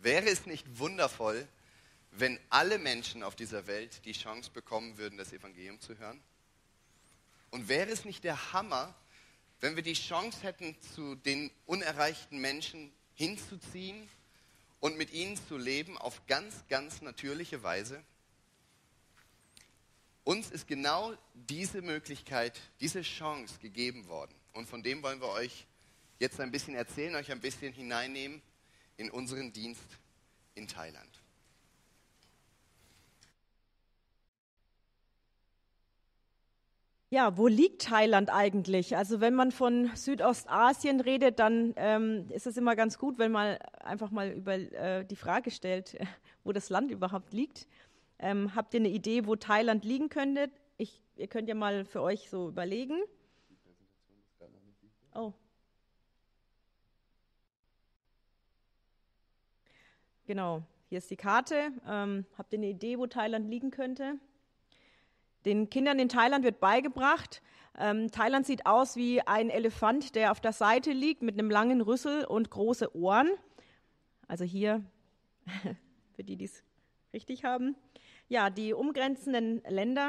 Wäre es nicht wundervoll, wenn alle Menschen auf dieser Welt die Chance bekommen würden, das Evangelium zu hören? Und wäre es nicht der Hammer, wenn wir die Chance hätten, zu den unerreichten Menschen hinzuziehen und mit ihnen zu leben auf ganz, ganz natürliche Weise? Uns ist genau diese Möglichkeit, diese Chance gegeben worden. Und von dem wollen wir euch jetzt ein bisschen erzählen, euch ein bisschen hineinnehmen in unseren Dienst in Thailand. Ja, wo liegt Thailand eigentlich? Also wenn man von Südostasien redet, dann ist es immer ganz gut, wenn man einfach mal über die Frage stellt, wo das Land überhaupt liegt. Habt ihr eine Idee, wo Thailand liegen könnte? Ihr könnt ja mal für euch so überlegen. Oh. Genau, hier ist die Karte. Habt ihr eine Idee, wo Thailand liegen könnte? Den Kindern in Thailand wird beigebracht, Thailand sieht aus wie ein Elefant, der auf der Seite liegt mit einem langen Rüssel und große Ohren. Also hier, für die, die es richtig haben. Ja, die umgrenzenden Länder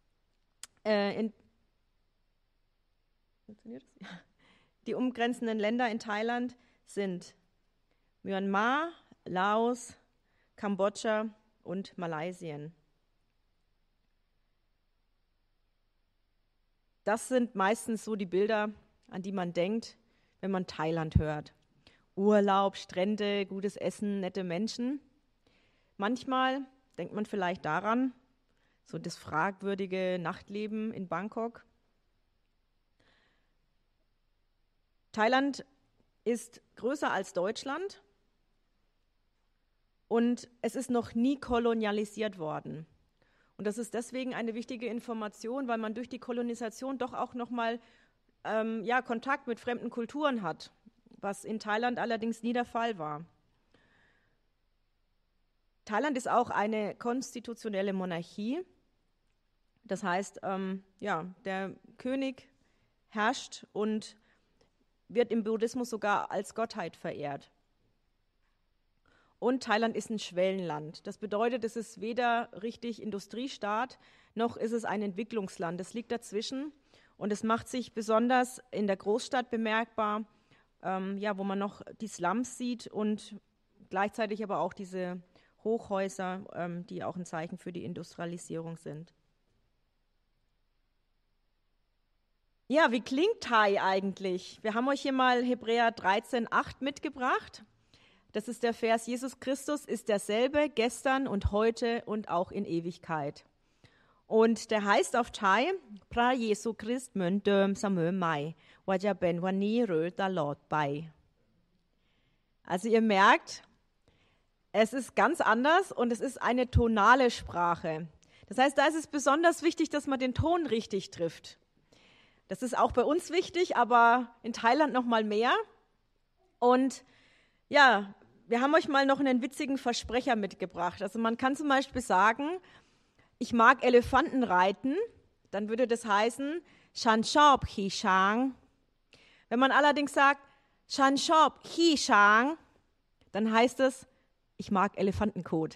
Die umgrenzenden Länder in Thailand sind Myanmar, Laos, Kambodscha und Malaysia. Das sind meistens so die Bilder, an die man denkt, wenn man Thailand hört. Urlaub, Strände, gutes Essen, nette Menschen. Manchmal denkt man vielleicht daran, so das fragwürdige Nachtleben in Bangkok. Thailand ist größer als Deutschland und es ist noch nie kolonialisiert worden. Und das ist deswegen eine wichtige Information, weil man durch die Kolonisation doch auch nochmal Kontakt mit fremden Kulturen hat, was in Thailand allerdings nie der Fall war. Thailand ist auch eine konstitutionelle Monarchie. Das heißt, der König herrscht und wird im Buddhismus sogar als Gottheit verehrt. Und Thailand ist ein Schwellenland. Das bedeutet, es ist weder richtig Industriestaat, noch ist es ein Entwicklungsland. Es liegt dazwischen und es macht sich besonders in der Großstadt bemerkbar, wo man noch die Slums sieht und gleichzeitig aber auch diese Hochhäuser, die auch ein Zeichen für die Industrialisierung sind. Ja, wie klingt Thai eigentlich? Wir haben euch hier mal Hebräer 13,8 mitgebracht. Das ist der Vers, Jesus Christus ist derselbe gestern und heute und auch in Ewigkeit. Und der heißt auf Thai, Pra Jesu Christ Mön Döm Samö Mai, Waja Ben Wani Rö Dalot Bai. Also ihr merkt, es ist ganz anders und es ist eine tonale Sprache. Das heißt, da ist es besonders wichtig, dass man den Ton richtig trifft. Das ist auch bei uns wichtig, aber in Thailand noch mal mehr. Und ja, wir haben euch mal noch einen witzigen Versprecher mitgebracht. Also man kann zum Beispiel sagen, ich mag Elefanten reiten, dann würde das heißen, Chan chop hi chang. Wenn man allerdings sagt, Chan chop hi chang, dann heißt es, ich mag Elefantenkot.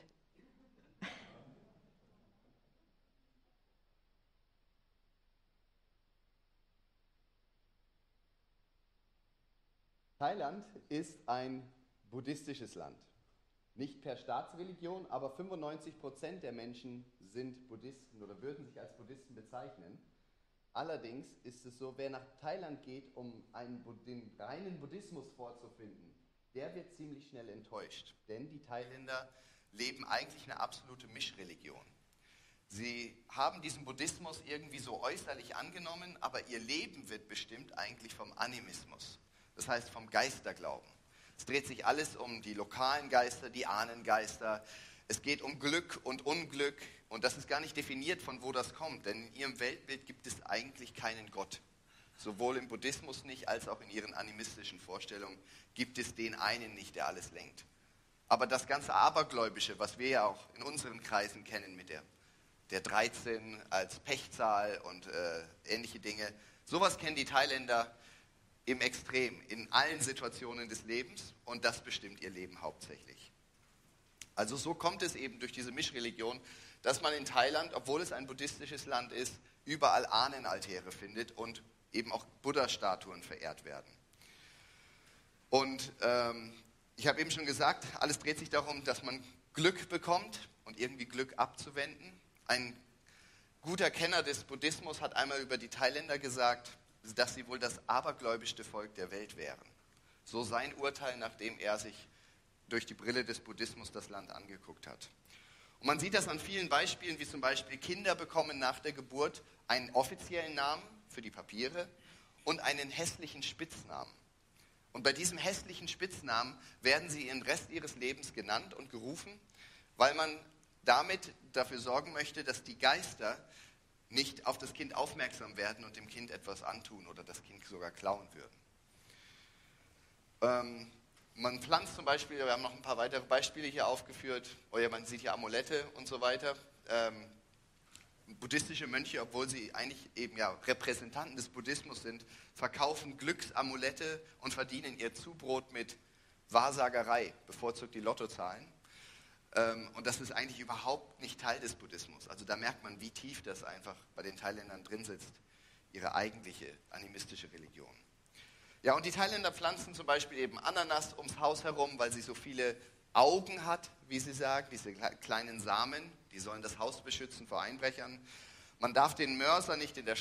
Thailand ist ein buddhistisches Land. Nicht per Staatsreligion, aber 95% der Menschen sind Buddhisten oder würden sich als Buddhisten bezeichnen. Allerdings ist es so, wer nach Thailand geht, um den reinen Buddhismus vorzufinden, der wird ziemlich schnell enttäuscht. Denn die Thailänder leben eigentlich eine absolute Mischreligion. Sie haben diesen Buddhismus irgendwie so äußerlich angenommen, aber ihr Leben wird bestimmt eigentlich vom Animismus. Das heißt vom Geisterglauben. Es dreht sich alles um die lokalen Geister, die Ahnengeister. Es geht um Glück und Unglück. Und das ist gar nicht definiert, von wo das kommt. Denn in ihrem Weltbild gibt es eigentlich keinen Gott. Sowohl im Buddhismus nicht, als auch in ihren animistischen Vorstellungen gibt es den einen nicht, der alles lenkt. Aber das ganze Abergläubische, was wir ja auch in unseren Kreisen kennen mit der 13 als Pechzahl und ähnliche Dinge, sowas kennen die Thailänder im Extrem, in allen Situationen des Lebens und das bestimmt ihr Leben hauptsächlich. Also so kommt es eben durch diese Mischreligion, dass man in Thailand, obwohl es ein buddhistisches Land ist, überall Ahnenaltäre findet und eben auch Buddha-Statuen verehrt werden. Und ich habe eben schon gesagt, alles dreht sich darum, dass man Glück bekommt und irgendwie Glück abzuwenden. Ein guter Kenner des Buddhismus hat einmal über die Thailänder gesagt, dass sie wohl das abergläubischste Volk der Welt wären. So sein Urteil, nachdem er sich durch die Brille des Buddhismus das Land angeguckt hat. Und man sieht das an vielen Beispielen, wie zum Beispiel Kinder bekommen nach der Geburt einen offiziellen Namen für die Papiere und einen hässlichen Spitznamen. Und bei diesem hässlichen Spitznamen werden sie ihren Rest ihres Lebens genannt und gerufen, weil man damit dafür sorgen möchte, dass die Geister nicht auf das Kind aufmerksam werden und dem Kind etwas antun oder das Kind sogar klauen würden. Man pflanzt zum Beispiel, wir haben noch ein paar weitere Beispiele hier aufgeführt, oder man sieht hier Amulette und so weiter. Buddhistische Mönche, obwohl sie eigentlich eben ja Repräsentanten des Buddhismus sind, verkaufen Glücksamulette und verdienen ihr Zubrot mit Wahrsagerei, bevorzugt die Lottozahlen. Und das ist eigentlich überhaupt nicht Teil des Buddhismus. Also da merkt man, wie tief das einfach bei den Thailändern drin sitzt, ihre eigentliche animistische Religion. Ja, und die Thailänder pflanzen zum Beispiel eben Ananas ums Haus herum, weil sie so viele Augen hat, wie sie sagen, diese kleinen Samen, die sollen das Haus beschützen vor Einbrechern. Man darf den Mörser nicht den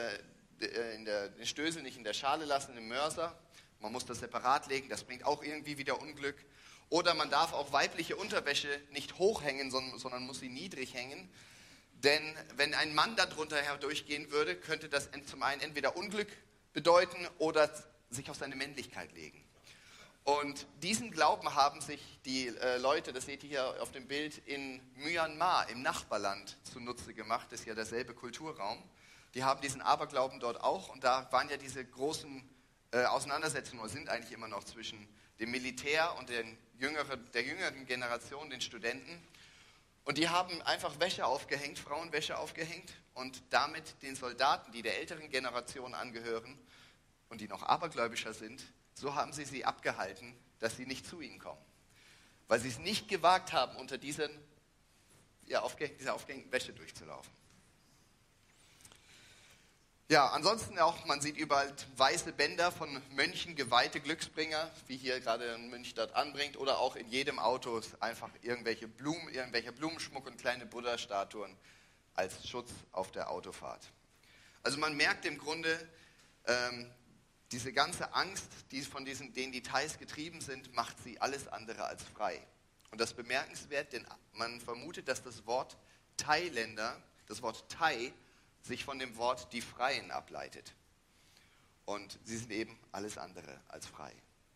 Stößel nicht in der Schale lassen, im Mörser. Man muss das separat legen, das bringt auch irgendwie wieder Unglück. Oder man darf auch weibliche Unterwäsche nicht hochhängen, sondern muss sie niedrig hängen. Denn wenn ein Mann darunter herdurchgehen würde, könnte das zum einen entweder Unglück bedeuten oder sich auf seine Männlichkeit legen. Und diesen Glauben haben sich die Leute, das seht ihr hier auf dem Bild, in Myanmar, im Nachbarland, zunutze gemacht. Das ist ja derselbe Kulturraum. Die haben diesen Aberglauben dort auch. Und da waren ja diese großen Auseinandersetzungen, oder sind eigentlich immer noch, zwischen dem Militär und der jüngeren Generation, den Studenten. Und die haben einfach Wäsche aufgehängt, Frauenwäsche aufgehängt und damit den Soldaten, die der älteren Generation angehören und die noch abergläubischer sind, so haben sie abgehalten, dass sie nicht zu ihnen kommen. Weil sie es nicht gewagt haben, unter dieser aufgehängten Wäsche durchzulaufen. Ja, ansonsten auch, man sieht überall weiße Bänder von Mönchen, geweihte Glücksbringer, wie hier gerade ein Mönch dort anbringt, oder auch in jedem Auto ist einfach irgendwelcher Blumenschmuck und kleine Buddha-Statuen als Schutz auf der Autofahrt. Also man merkt im Grunde, diese ganze Angst, denen die Thais getrieben sind, macht sie alles andere als frei. Und das ist bemerkenswert, denn man vermutet, dass das Wort Thailänder, das Wort Thai, sich von dem Wort die Freien ableitet. Und sie sind eben alles andere als frei.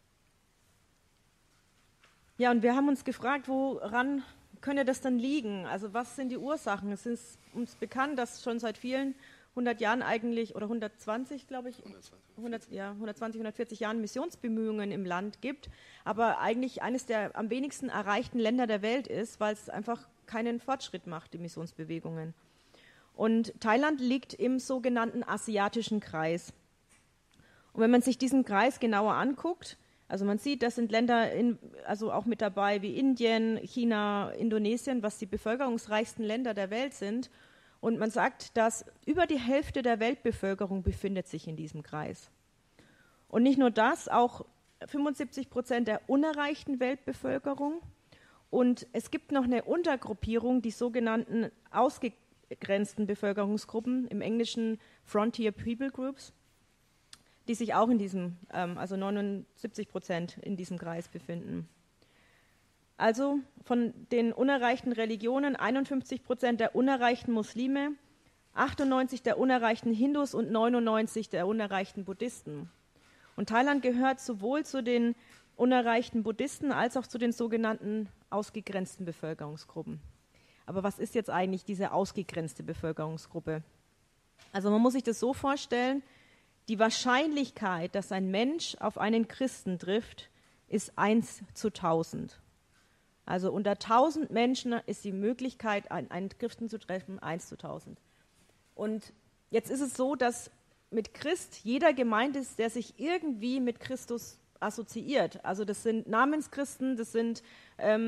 Ja, und wir haben uns gefragt, woran könnte das dann liegen? Also was sind die Ursachen? Es ist uns bekannt, dass schon seit vielen 100 Jahren eigentlich, oder 120, glaube ich, 140 Jahren Missionsbemühungen im Land gibt, aber eigentlich eines der am wenigsten erreichten Länder der Welt ist, weil es einfach keinen Fortschritt macht, die Missionsbewegungen. Und Thailand liegt im sogenannten asiatischen Kreis. Und wenn man sich diesen Kreis genauer anguckt, also man sieht, das sind Länder also auch mit dabei wie Indien, China, Indonesien, was die bevölkerungsreichsten Länder der Welt sind. Und man sagt, dass über die Hälfte der Weltbevölkerung befindet sich in diesem Kreis. Und nicht nur das, auch 75% der unerreichten Weltbevölkerung. Und es gibt noch eine Untergruppierung, die sogenannten ausgegrenzten Bevölkerungsgruppen, im Englischen Frontier People Groups, die sich auch in diesem, also 79% in diesem Kreis befinden. Also von den unerreichten Religionen 51% der unerreichten Muslime, 98% der unerreichten Hindus und 99% der unerreichten Buddhisten. Und Thailand gehört sowohl zu den unerreichten Buddhisten als auch zu den sogenannten ausgegrenzten Bevölkerungsgruppen. Aber was ist jetzt eigentlich diese ausgegrenzte Bevölkerungsgruppe? Also man muss sich das so vorstellen, die Wahrscheinlichkeit, dass ein Mensch auf einen Christen trifft, ist 1 zu 1000. Also unter 1000 Menschen ist die Möglichkeit, einen Christen zu treffen, 1 zu 1000. Und jetzt ist es so, dass mit Christ jeder gemeint ist, der sich irgendwie mit Christus assoziiert. Also das sind Namenschristen, das sind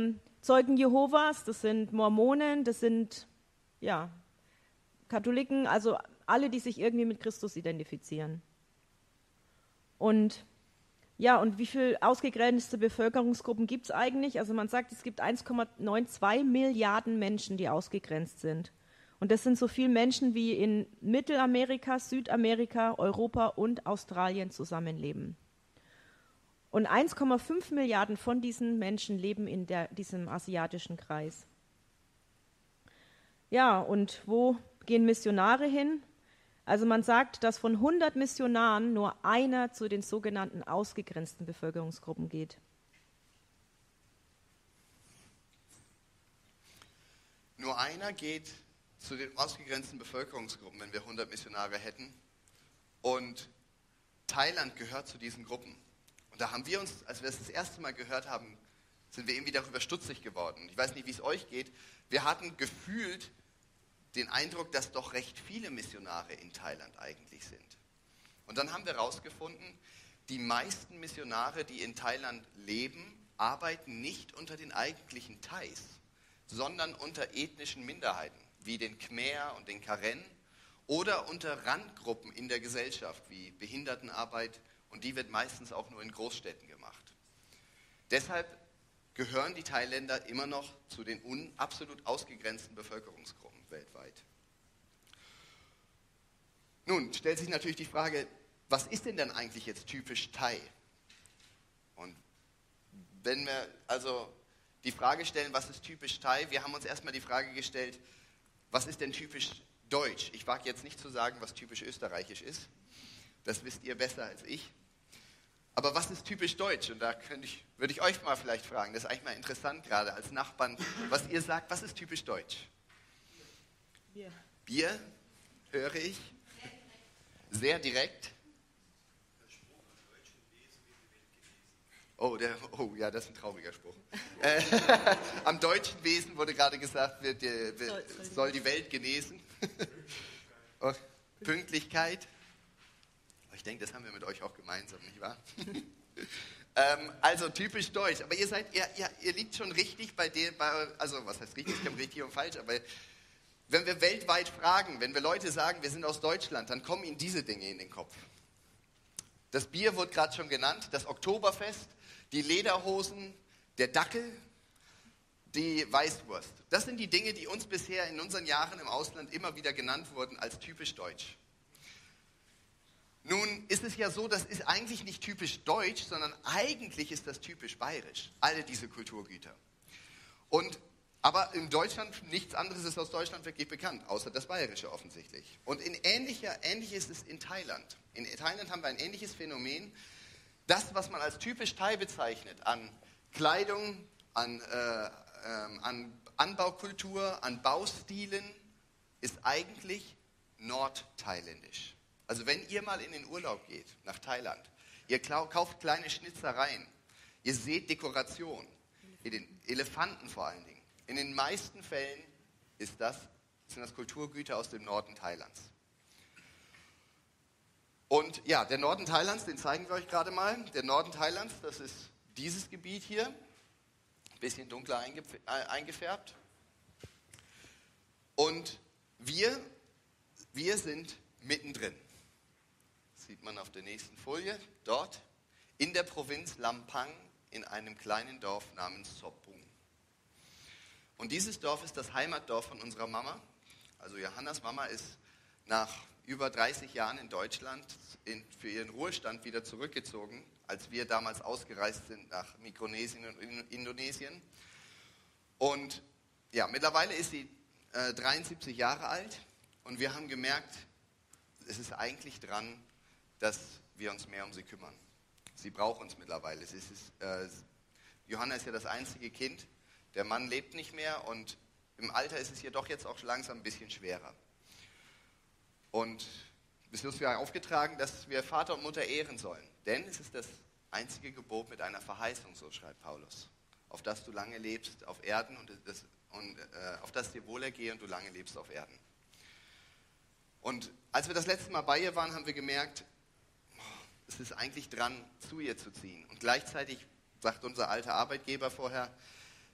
Zeugen Jehovas, das sind Mormonen, das sind ja, Katholiken, also alle, die sich irgendwie mit Christus identifizieren. Und ja, und wie viele ausgegrenzte Bevölkerungsgruppen gibt es eigentlich? Also man sagt, es gibt 1,92 Milliarden Menschen, die ausgegrenzt sind. Und das sind so viele Menschen, wie in Mittelamerika, Südamerika, Europa und Australien zusammenleben. Und 1,5 Milliarden von diesen Menschen leben in diesem asiatischen Kreis. Ja, und wo gehen Missionare hin? Also man sagt, dass von 100 Missionaren nur einer zu den sogenannten ausgegrenzten Bevölkerungsgruppen geht. Nur einer geht zu den ausgegrenzten Bevölkerungsgruppen, wenn wir 100 Missionare hätten. Und Thailand gehört zu diesen Gruppen. Und da haben wir uns, als wir es das erste Mal gehört haben, sind wir irgendwie darüber stutzig geworden. Ich weiß nicht, wie es euch geht. Wir hatten gefühlt den Eindruck, dass doch recht viele Missionare in Thailand eigentlich sind. Und dann haben wir herausgefunden, die meisten Missionare, die in Thailand leben, arbeiten nicht unter den eigentlichen Thais, sondern unter ethnischen Minderheiten, wie den Khmer und den Karen, oder unter Randgruppen in der Gesellschaft, wie Behindertenarbeit, und die wird meistens auch nur in Großstädten gemacht. Deshalb gehören die Thailänder immer noch zu den absolut ausgegrenzten Bevölkerungsgruppen weltweit. Nun stellt sich natürlich die Frage, was ist denn dann eigentlich jetzt typisch Thai? Und wenn wir also die Frage stellen, was ist typisch Thai, wir haben uns erstmal die Frage gestellt, was ist denn typisch deutsch? Ich wage jetzt nicht zu sagen, was typisch österreichisch ist. Das wisst ihr besser als ich. Aber was ist typisch deutsch? Und da würde ich euch mal vielleicht fragen, das ist eigentlich mal interessant gerade als Nachbarn, was ihr sagt, was ist typisch deutsch? Bier. Bier, höre ich. Sehr direkt. Oh ja, das ist ein trauriger Spruch. Am deutschen Wesen wurde gerade gesagt, soll die Welt genesen. Oh, Pünktlichkeit. Ich denke, das haben wir mit euch auch gemeinsam, nicht wahr? Also typisch deutsch. Aber ihr liegt schon richtig also was heißt richtig, ich habe richtig und falsch, aber wenn wir weltweit fragen, wenn wir Leute sagen, wir sind aus Deutschland, dann kommen ihnen diese Dinge in den Kopf. Das Bier wurde gerade schon genannt, das Oktoberfest, die Lederhosen, der Dackel, die Weißwurst. Das sind die Dinge, die uns bisher in unseren Jahren im Ausland immer wieder genannt wurden als typisch deutsch. Nun ist es ja so, das ist eigentlich nicht typisch deutsch, sondern eigentlich ist das typisch bayerisch, alle diese Kulturgüter. Aber in Deutschland, nichts anderes ist aus Deutschland wirklich bekannt, außer das Bayerische offensichtlich. Und ähnlich ist es in Thailand. In Thailand haben wir ein ähnliches Phänomen. Das, was man als typisch Thai bezeichnet, an Kleidung, an Anbaukultur, an Baustilen, ist eigentlich nordthailändisch. Also wenn ihr mal in den Urlaub geht, nach Thailand, ihr kauft kleine Schnitzereien, ihr seht Dekoration, Elefanten vor allen Dingen. In den meisten Fällen sind das Kulturgüter aus dem Norden Thailands. Und ja, der Norden Thailands, den zeigen wir euch gerade mal. Der Norden Thailands, das ist dieses Gebiet hier, ein bisschen dunkler eingefärbt. Und wir sind mittendrin. Das sieht man auf der nächsten Folie. Dort in der Provinz Lampang in einem kleinen Dorf namens Sopung. Und dieses Dorf ist das Heimatdorf von unserer Mama. Also Johannas Mama ist nach über 30 Jahren in Deutschland für ihren Ruhestand wieder zurückgezogen, als wir damals ausgereist sind nach Mikronesien und Indonesien. Und ja, mittlerweile ist sie 73 Jahre alt und wir haben gemerkt, es ist eigentlich dran, dass wir uns mehr um sie kümmern. Sie braucht uns mittlerweile. Johanna ist ja das einzige Kind. Der Mann lebt nicht mehr und im Alter ist es ihr doch jetzt auch langsam ein bisschen schwerer. Und es ist uns ja aufgetragen, dass wir Vater und Mutter ehren sollen. Denn es ist das einzige Gebot mit einer Verheißung, so schreibt Paulus. Auf das du lange lebst auf Erden und auf das dir wohlergehe und du lange lebst auf Erden. Und als wir das letzte Mal bei ihr waren, haben wir gemerkt, es ist eigentlich dran, zu ihr zu ziehen. Und gleichzeitig sagt unser alter Arbeitgeber vorher,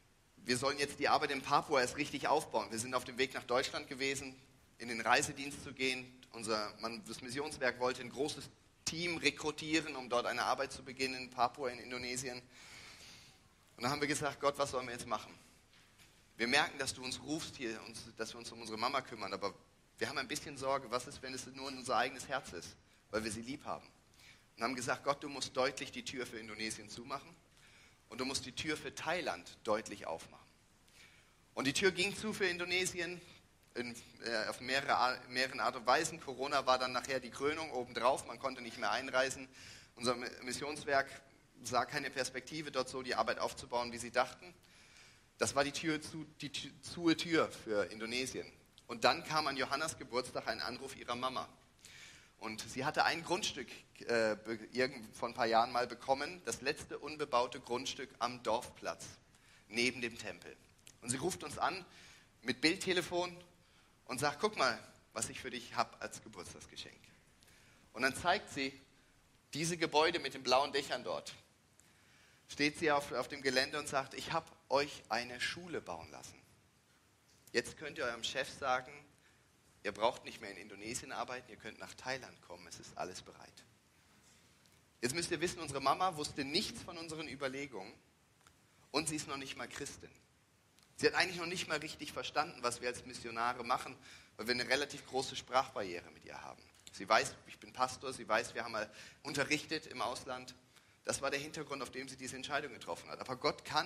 wir sollen jetzt die Arbeit in Papua erst richtig aufbauen. Wir sind auf dem Weg nach Deutschland gewesen, in den Reisedienst zu gehen. Das Missionswerk wollte ein großes Team rekrutieren, um dort eine Arbeit zu beginnen in Papua in Indonesien. Und dann haben wir gesagt, Gott, was sollen wir jetzt machen? Wir merken, dass du uns rufst hier, dass wir uns um unsere Mama kümmern, aber wir haben ein bisschen Sorge, was ist, wenn es nur unser eigenes Herz ist, weil wir sie lieb haben. Und haben gesagt, Gott, du musst deutlich die Tür für Indonesien zumachen und du musst die Tür für Thailand deutlich aufmachen. Und die Tür ging zu für Indonesien auf mehreren Art und Weisen. Corona war dann nachher die Krönung obendrauf, man konnte nicht mehr einreisen. Unser Missionswerk sah keine Perspektive, dort so die Arbeit aufzubauen, wie sie dachten. Das war die Tür für Indonesien. Und dann kam an Johannas Geburtstag ein Anruf ihrer Mama. Und sie hatte ein Grundstück vor ein paar Jahren mal bekommen, das letzte unbebaute Grundstück am Dorfplatz, neben dem Tempel. Und sie ruft uns an mit Bildtelefon und sagt, guck mal, was ich für dich habe als Geburtstagsgeschenk. Und dann zeigt sie diese Gebäude mit den blauen Dächern dort. Steht sie auf dem Gelände und sagt, ich habe euch eine Schule bauen lassen. Jetzt könnt ihr eurem Chef sagen, ihr braucht nicht mehr in Indonesien arbeiten, ihr könnt nach Thailand kommen, es ist alles bereit. Jetzt müsst ihr wissen, unsere Mama wusste nichts von unseren Überlegungen und sie ist noch nicht mal Christin. Sie hat eigentlich noch nicht mal richtig verstanden, was wir als Missionare machen, weil wir eine relativ große Sprachbarriere mit ihr haben. Sie weiß, ich bin Pastor, sie weiß, wir haben mal unterrichtet im Ausland. Das war der Hintergrund, auf dem sie diese Entscheidung getroffen hat. Aber Gott kann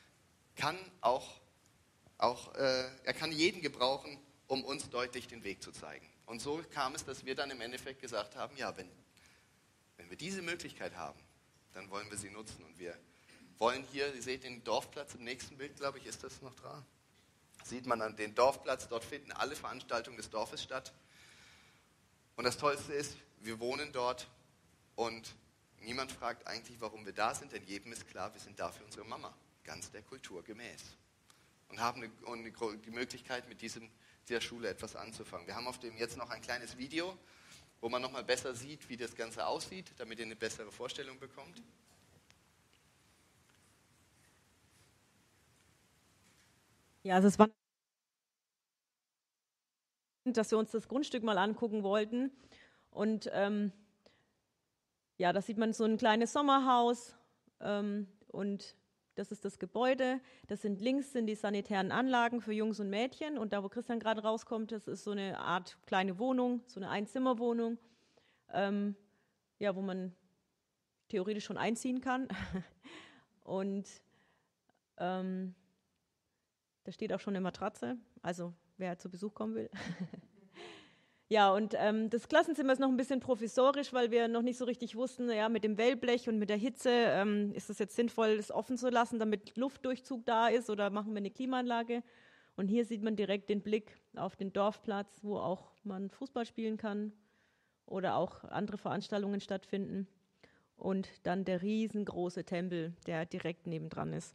er kann jeden gebrauchen, um uns deutlich den Weg zu zeigen. Und so kam es, dass wir dann im Endeffekt gesagt haben, ja, wenn wir diese Möglichkeit haben, dann wollen wir sie nutzen. Und wir wollen hier, ihr seht den Dorfplatz im nächsten Bild, glaube ich, ist das noch dran? Sieht man an den Dorfplatz, dort finden alle Veranstaltungen des Dorfes statt. Und das Tollste ist, wir wohnen dort und niemand fragt eigentlich, warum wir da sind, denn jedem ist klar, wir sind da für unsere Mama, ganz der Kultur gemäß. Und haben die Möglichkeit, mit dieser Schule etwas anzufangen. Wir haben auf dem jetzt noch ein kleines Video, wo man nochmal besser sieht, wie das Ganze aussieht, damit ihr eine bessere Vorstellung bekommt. Ja, also es war, dass wir uns das Grundstück mal angucken wollten. Und ja, da sieht man so ein kleines Sommerhaus und das ist das Gebäude. Links sind die sanitären Anlagen für Jungs und Mädchen. Und da, wo Christian gerade rauskommt, das ist so eine Art kleine Wohnung, so eine Einzimmerwohnung, ja, wo man theoretisch schon einziehen kann. Und da steht auch schon eine Matratze, also wer zu Besuch kommen will. Ja, und das Klassenzimmer ist noch ein bisschen provisorisch, weil wir noch nicht so richtig wussten, ja, mit dem Wellblech und mit der Hitze, ist es jetzt sinnvoll, das offen zu lassen, damit Luftdurchzug da ist, oder machen wir eine Klimaanlage? Und hier sieht man direkt den Blick auf den Dorfplatz, wo auch man Fußball spielen kann oder auch andere Veranstaltungen stattfinden. Und dann der riesengroße Tempel, der direkt nebendran ist.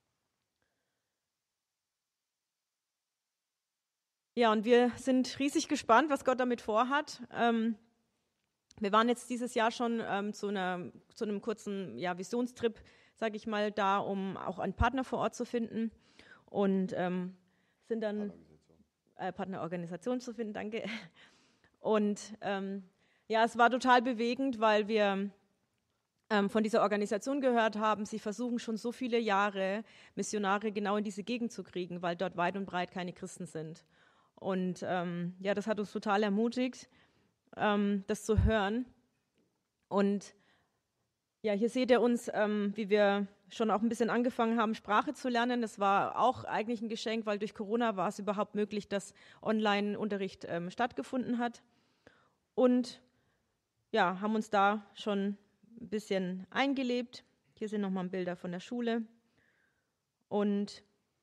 Ja, und wir sind riesig gespannt, was Gott damit vorhat. Wir waren jetzt dieses Jahr schon zu einem kurzen Visionstrip, sage ich mal, da, um auch einen Partner vor Ort zu finden. Und sind dann Partnerorganisation zu finden, danke. Und ja, es war total bewegend, weil wir von dieser Organisation gehört haben, sie versuchen schon so viele Jahre, Missionare genau in diese Gegend zu kriegen, weil dort weit und breit keine Christen sind. Und ja, das hat uns total ermutigt, das zu hören. Und ja, hier seht ihr uns, wie wir schon auch ein bisschen angefangen haben, Sprache zu lernen. Das war auch eigentlich ein Geschenk, weil durch Corona war es überhaupt möglich, dass Online-Unterricht stattgefunden hat. Und ja, haben uns da schon ein bisschen eingelebt. Hier sind nochmal Bilder von der Schule. Und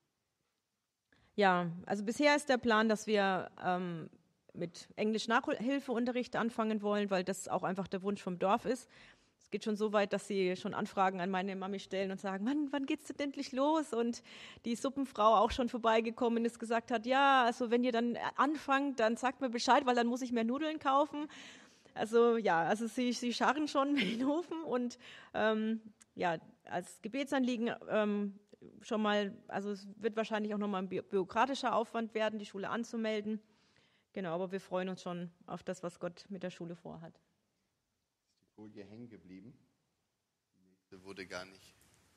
ja, also bisher ist der Plan, dass wir mit Englisch-Nachhilfeunterricht anfangen wollen, weil das auch einfach der Wunsch vom Dorf ist. Es geht schon so weit, dass sie schon Anfragen an meine Mami stellen und sagen, wann geht's denn endlich los? Und die Suppenfrau auch schon vorbeigekommen ist, gesagt hat, ja, also wenn ihr dann anfangt, dann sagt mir Bescheid, weil dann muss ich mehr Nudeln kaufen. Also ja, also sie scharren schon mit den Hufen und ja, als Gebetsanliegen schon mal, also es wird wahrscheinlich auch nochmal ein bürokratischer Aufwand werden, die Schule anzumelden. Genau, aber wir freuen uns schon auf das, was Gott mit der Schule vorhat. Ist die Folie hängen geblieben? Die nächste wurde gar nicht.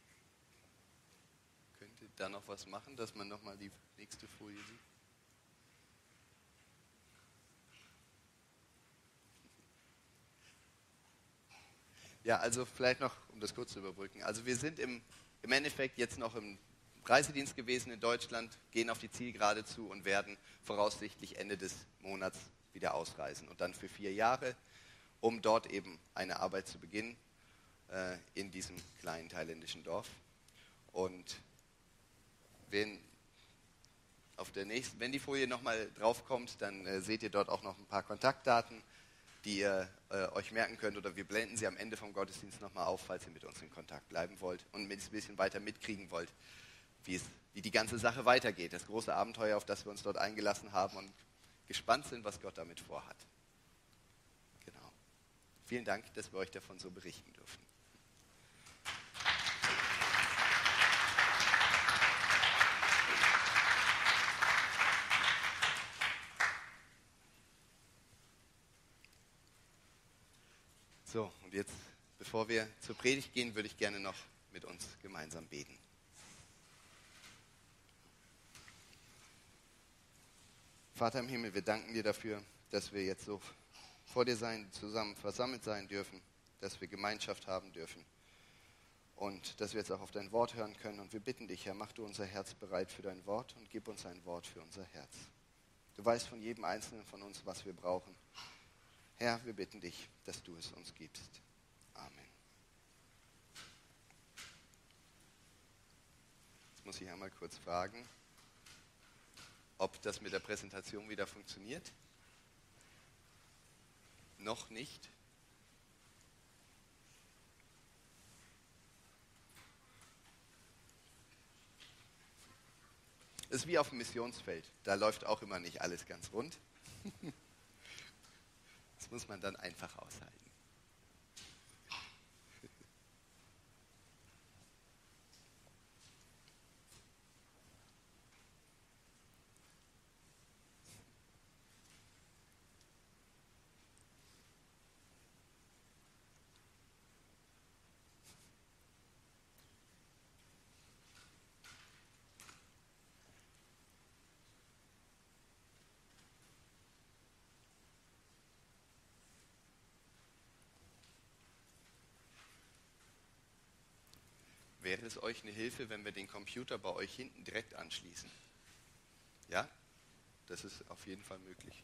Könnt ihr da noch was machen, dass man nochmal die nächste Folie sieht? Ja, also vielleicht noch, um das kurz zu überbrücken. Also wir sind im Endeffekt jetzt noch im Reisedienst gewesen in Deutschland, gehen auf die Zielgerade zu und werden voraussichtlich Ende des Monats wieder ausreisen. Und dann für 4 Jahre, um dort eben eine Arbeit zu beginnen in diesem kleinen thailändischen Dorf. Und wenn die Folie nochmal draufkommt, dann seht ihr dort auch noch ein paar Kontaktdaten, die ihr euch merken könnt, oder wir blenden sie am Ende vom Gottesdienst nochmal auf, falls ihr mit uns in Kontakt bleiben wollt und ein bisschen weiter mitkriegen wollt, wie die ganze Sache weitergeht. Das große Abenteuer, auf das wir uns dort eingelassen haben und gespannt sind, was Gott damit vorhat. Genau. Vielen Dank, dass wir euch davon so berichten dürfen. So, und jetzt, bevor wir zur Predigt gehen, würde ich gerne noch mit uns gemeinsam beten. Vater im Himmel, wir danken dir dafür, dass wir jetzt so vor dir zusammen versammelt sein dürfen, dass wir Gemeinschaft haben dürfen und dass wir jetzt auch auf dein Wort hören können. Und wir bitten dich, Herr, mach du unser Herz bereit für dein Wort und gib uns ein Wort für unser Herz. Du weißt von jedem Einzelnen von uns, was wir brauchen. Herr, wir bitten dich, dass du es uns gibst. Amen. Jetzt muss ich einmal kurz fragen, ob das mit der Präsentation wieder funktioniert. Noch nicht. Es ist wie auf dem Missionsfeld. Da läuft auch immer nicht alles ganz rund. Das muss man dann einfach aushalten. Wäre es euch eine Hilfe, wenn wir den Computer bei euch hinten direkt anschließen? Ja? Das ist auf jeden Fall möglich.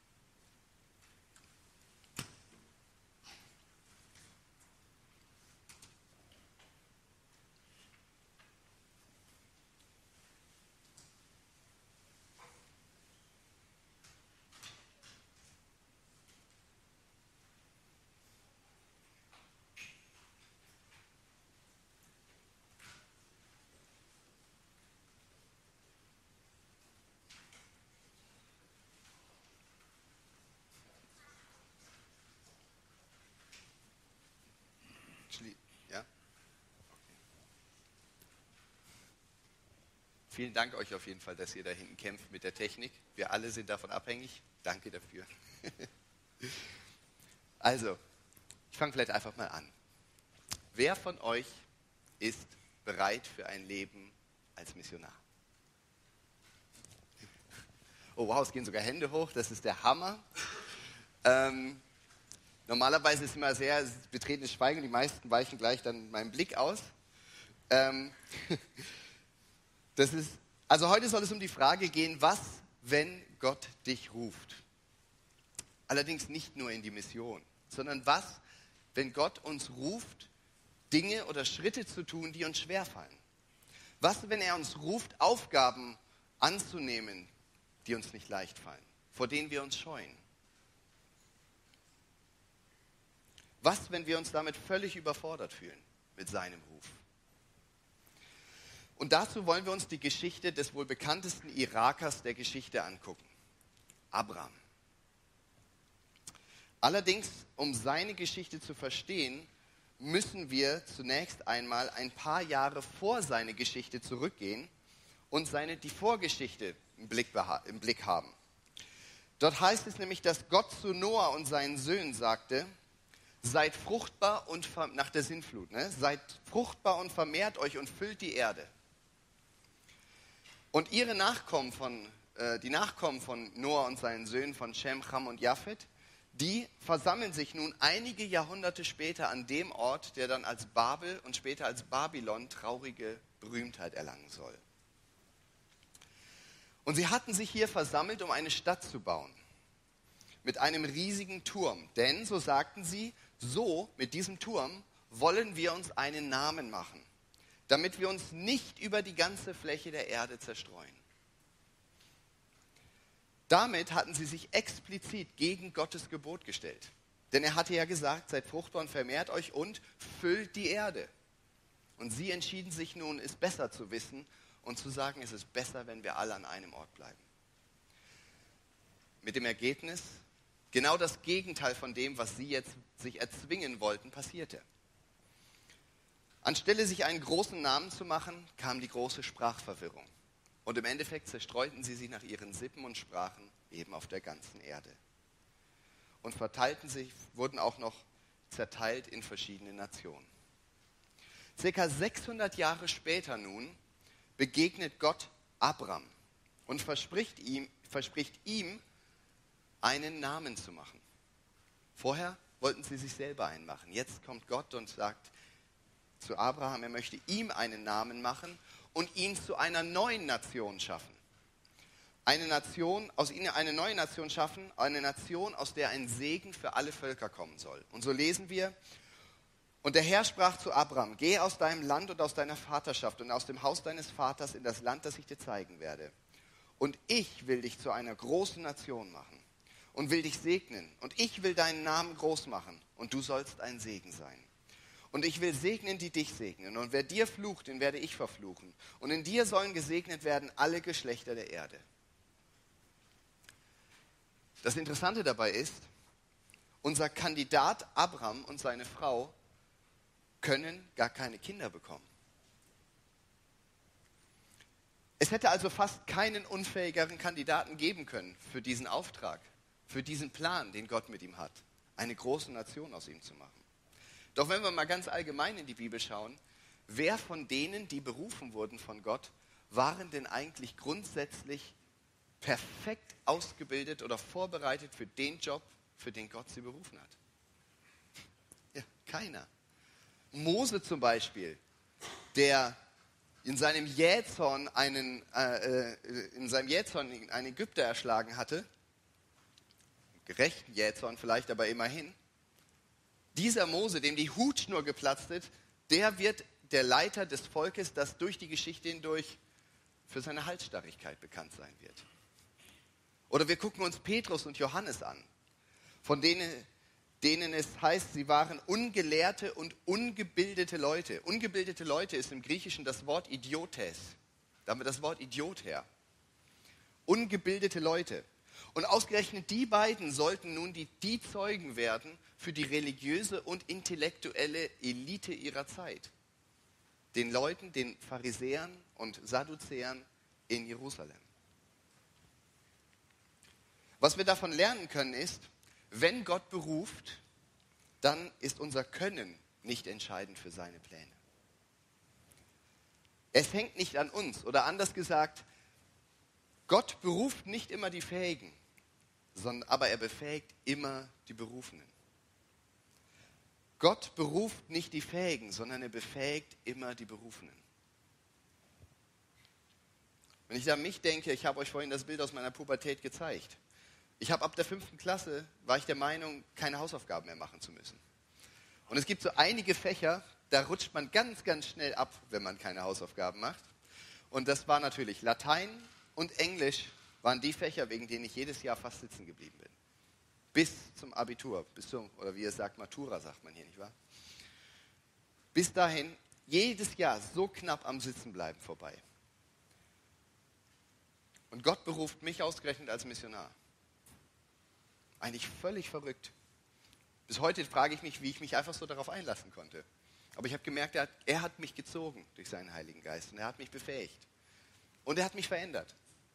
Ja? Okay. Vielen Dank euch auf jeden Fall, dass ihr da hinten kämpft mit der Technik. Wir alle sind davon abhängig. Danke dafür. Also, ich fange vielleicht einfach mal an. Wer von euch ist bereit für ein Leben als Missionar? Oh wow, es gehen sogar Hände hoch, das ist der Hammer. Normalerweise ist immer sehr betretenes Schweigen, die meisten weichen gleich dann meinem Blick aus. Also heute soll es um die Frage gehen, was, wenn Gott dich ruft? Allerdings nicht nur in die Mission, sondern was, wenn Gott uns ruft, Dinge oder Schritte zu tun, die uns schwerfallen? Was, wenn er uns ruft, Aufgaben anzunehmen, die uns nicht leicht fallen, vor denen wir uns scheuen? Was, wenn wir uns damit völlig überfordert fühlen, mit seinem Ruf? Und dazu wollen wir uns die Geschichte des wohl bekanntesten Irakers der Geschichte angucken, Abraham. Allerdings, um seine Geschichte zu verstehen, müssen wir zunächst einmal ein paar Jahre vor seine Geschichte zurückgehen und die Vorgeschichte im Blick haben. Dort heißt es nämlich, dass Gott zu Noah und seinen Söhnen sagte, seid fruchtbar und nach der Sintflut, seid fruchtbar und vermehrt euch und füllt die Erde. Und die Nachkommen von Noah und seinen Söhnen, von Shem, Cham und Japhet, die versammeln sich nun einige Jahrhunderte später an dem Ort, der dann als Babel und später als Babylon traurige Berühmtheit erlangen soll. Und sie hatten sich hier versammelt, um eine Stadt zu bauen, mit einem riesigen Turm. Denn, so sagten sie, mit diesem Turm wollen wir uns einen Namen machen, damit wir uns nicht über die ganze Fläche der Erde zerstreuen. Damit hatten sie sich explizit gegen Gottes Gebot gestellt. Denn er hatte ja gesagt, seid fruchtbar und vermehrt euch und füllt die Erde. Und sie entschieden sich nun, es besser zu wissen und zu sagen, es ist besser, wenn wir alle an einem Ort bleiben. Mit dem Ergebnis, genau das Gegenteil von dem, was sie jetzt sich erzwingen wollten, passierte. Anstelle sich einen großen Namen zu machen, kam die große Sprachverwirrung. Und im Endeffekt zerstreuten sie sich nach ihren Sippen und Sprachen eben auf der ganzen Erde. Und wurden auch noch zerteilt in verschiedene Nationen. Circa 600 Jahre später nun begegnet Gott Abram und verspricht ihm, einen Namen zu machen. Vorher wollten sie sich selber einen machen. Jetzt kommt Gott und sagt zu Abraham, er möchte ihm einen Namen machen und ihn zu einer neuen Nation schaffen. Eine neue Nation schaffen, eine Nation, aus der ein Segen für alle Völker kommen soll. Und so lesen wir, und der Herr sprach zu Abram, geh aus deinem Land und aus deiner Vaterschaft und aus dem Haus deines Vaters in das Land, das ich dir zeigen werde. Und ich will dich zu einer großen Nation machen und will dich segnen. Und ich will deinen Namen groß machen und du sollst ein Segen sein. Und ich will segnen, die dich segnen. Und wer dir flucht, den werde ich verfluchen. Und in dir sollen gesegnet werden alle Geschlechter der Erde. Das Interessante dabei ist, unser Kandidat Abram und seine Frau können gar keine Kinder bekommen. Es hätte also fast keinen unfähigeren Kandidaten geben können für diesen Auftrag, für diesen Plan, den Gott mit ihm hat, eine große Nation aus ihm zu machen. Doch wenn wir mal ganz allgemein in die Bibel schauen, wer von denen, die berufen wurden von Gott, waren denn eigentlich grundsätzlich perfekt ausgebildet oder vorbereitet für den Job, für den Gott sie berufen hat? Ja, keiner. Mose zum Beispiel, der in seinem Jähzorn einen Ägypter erschlagen hatte, gerechten Jähzorn vielleicht, aber immerhin. Dieser Mose, dem die Hutschnur geplatzt ist, der wird der Leiter des Volkes, das durch die Geschichte hindurch für seine Halsstarrigkeit bekannt sein wird. Oder wir gucken uns Petrus und Johannes an, von denen es heißt, sie waren ungelehrte und ungebildete Leute. Ungebildete Leute ist im Griechischen das Wort Idiotes. Da haben wir das Wort Idiot her. Ungebildete Leute. Und ausgerechnet die beiden sollten nun die Zeugen werden für die religiöse und intellektuelle Elite ihrer Zeit. Den Leuten, den Pharisäern und Sadduzäern in Jerusalem. Was wir davon lernen können ist, wenn Gott beruft, dann ist unser Können nicht entscheidend für seine Pläne. Es hängt nicht an uns, oder anders gesagt, Gott beruft nicht immer die Fähigen, aber er befähigt immer die Berufenen. Gott beruft nicht die Fähigen, sondern er befähigt immer die Berufenen. Wenn ich an mich denke, ich habe euch vorhin das Bild aus meiner Pubertät gezeigt. Ich habe ab der 5. Klasse, war ich der Meinung, keine Hausaufgaben mehr machen zu müssen. Und es gibt so einige Fächer, da rutscht man ganz, ganz schnell ab, wenn man keine Hausaufgaben macht. Und das war natürlich Latein und Englisch waren die Fächer, wegen denen ich jedes Jahr fast sitzen geblieben bin. Bis zum Abitur, oder wie ihr sagt, Matura sagt man hier, nicht wahr? Bis dahin, jedes Jahr so knapp am Sitzenbleiben vorbei. Und Gott beruft mich ausgerechnet als Missionar. Eigentlich völlig verrückt. Bis heute frage ich mich, wie ich mich einfach so darauf einlassen konnte. Aber ich habe gemerkt, er hat mich gezogen durch seinen Heiligen Geist und er hat mich befähigt. Und er hat mich verändert.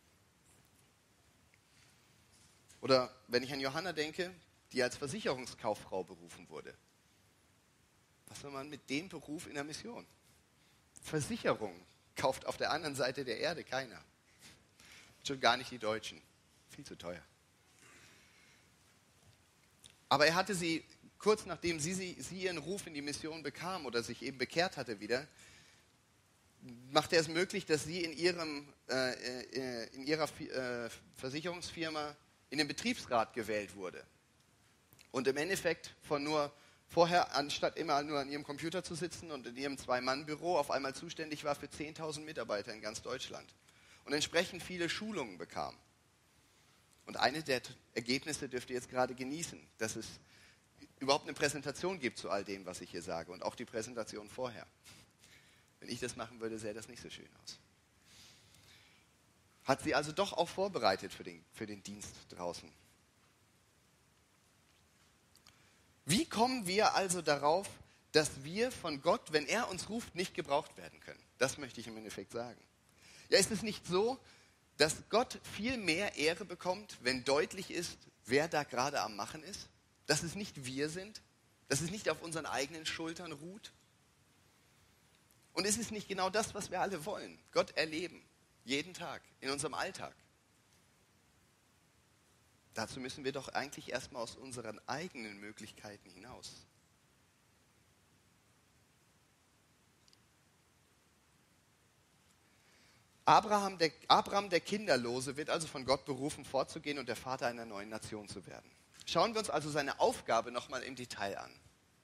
Oder wenn ich an Johanna denke, die als Versicherungskauffrau berufen wurde. Was soll man mit dem Beruf in der Mission? Versicherung kauft auf der anderen Seite der Erde keiner. Schon gar nicht die Deutschen. Viel zu teuer. Aber er hatte sie, kurz nachdem sie ihren Ruf in die Mission bekam oder sich eben bekehrt hatte wieder, machte er es möglich, dass sie in ihrer Versicherungsfirma in den Betriebsrat gewählt wurde. Und im Endeffekt von nur vorher, anstatt immer nur an ihrem Computer zu sitzen und in ihrem Zwei-Mann-Büro, auf einmal zuständig war für 10.000 Mitarbeiter in ganz Deutschland. Und entsprechend viele Schulungen bekam. Und eine der Ergebnisse dürft ihr jetzt gerade genießen, dass es überhaupt eine Präsentation gibt zu all dem, was ich hier sage. Und auch die Präsentation vorher. Wenn ich das machen würde, sähe das nicht so schön aus. Hat sie also doch auch vorbereitet für den Dienst draußen. Wie kommen wir also darauf, dass wir von Gott, wenn er uns ruft, nicht gebraucht werden können? Das möchte ich im Endeffekt sagen. Ja, ist es nicht so, dass Gott viel mehr Ehre bekommt, wenn deutlich ist, wer da gerade am Machen ist? Dass es nicht wir sind? Dass es nicht auf unseren eigenen Schultern ruht? Und ist es nicht genau das, was wir alle wollen? Gott erleben, jeden Tag, in unserem Alltag. Dazu müssen wir doch eigentlich erstmal aus unseren eigenen Möglichkeiten hinaus. Abraham, der Kinderlose, wird also von Gott berufen, vorzugehen und der Vater einer neuen Nation zu werden. Schauen wir uns also seine Aufgabe nochmal im Detail an.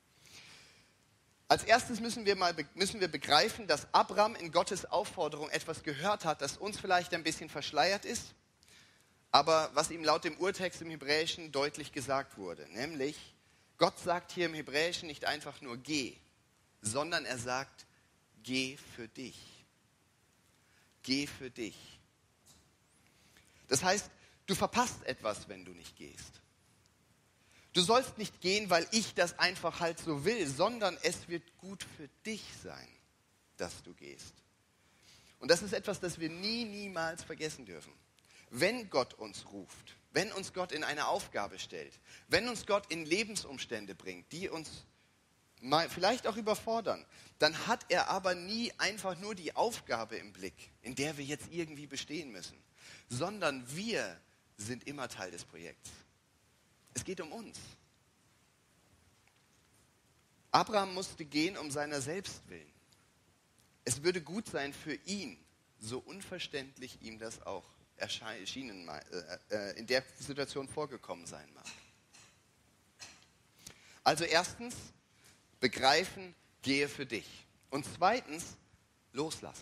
Als erstes müssen wir begreifen, dass Abraham in Gottes Aufforderung etwas gehört hat, das uns vielleicht ein bisschen verschleiert ist, aber was ihm laut dem Urtext im Hebräischen deutlich gesagt wurde. Nämlich, Gott sagt hier im Hebräischen nicht einfach nur geh, sondern er sagt, geh für dich. Geh für dich. Das heißt, du verpasst etwas, wenn du nicht gehst. Du sollst nicht gehen, weil ich das einfach halt so will, sondern es wird gut für dich sein, dass du gehst. Und das ist etwas, das wir niemals vergessen dürfen. Wenn Gott uns ruft, wenn uns Gott in eine Aufgabe stellt, wenn uns Gott in Lebensumstände bringt, die uns vielleicht auch überfordern, dann hat er aber nie einfach nur die Aufgabe im Blick, in der wir jetzt irgendwie bestehen müssen, sondern wir sind immer Teil des Projekts. Es geht um uns. Abraham musste gehen um seiner selbst willen. Es würde gut sein für ihn, so unverständlich ihm das auch in der Situation vorgekommen sein mag. Also erstens, begreifen, gehe für dich. Und zweitens, loslassen.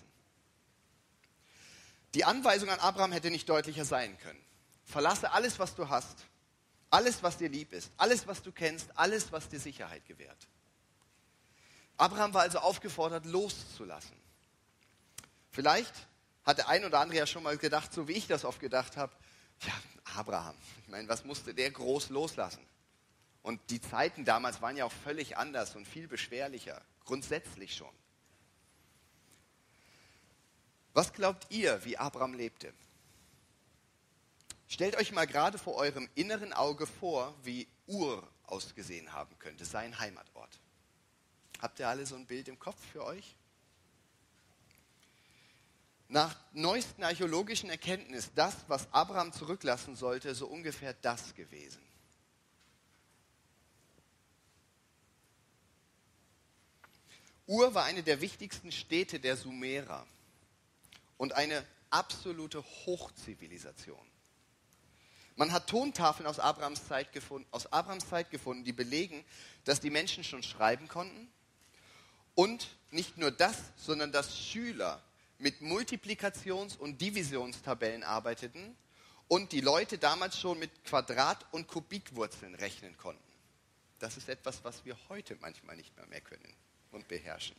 Die Anweisung an Abraham hätte nicht deutlicher sein können. Verlasse alles, was du hast, alles, was dir lieb ist, alles, was du kennst, alles, was dir Sicherheit gewährt. Abraham war also aufgefordert, loszulassen. Vielleicht hat der ein oder andere ja schon mal gedacht, so wie ich das oft gedacht habe, ja, Abraham, ich meine, was musste der groß loslassen? Und die Zeiten damals waren ja auch völlig anders und viel beschwerlicher, grundsätzlich schon. Was glaubt ihr, wie Abraham lebte? Stellt euch mal gerade vor eurem inneren Auge vor, wie Ur ausgesehen haben könnte, sein Heimatort. Habt ihr alle so ein Bild im Kopf für euch? Nach neuesten archäologischen Erkenntnissen, das, was Abraham zurücklassen sollte, so ungefähr das gewesen. Ur war eine der wichtigsten Städte der Sumerer und eine absolute Hochzivilisation. Man hat Tontafeln aus Abrahams Zeit gefunden, die belegen, dass die Menschen schon schreiben konnten und nicht nur das, sondern dass Schüler mit Multiplikations- und Divisionstabellen arbeiteten und die Leute damals schon mit Quadrat- und Kubikwurzeln rechnen konnten. Das ist etwas, was wir heute manchmal nicht mehr können und beherrschen.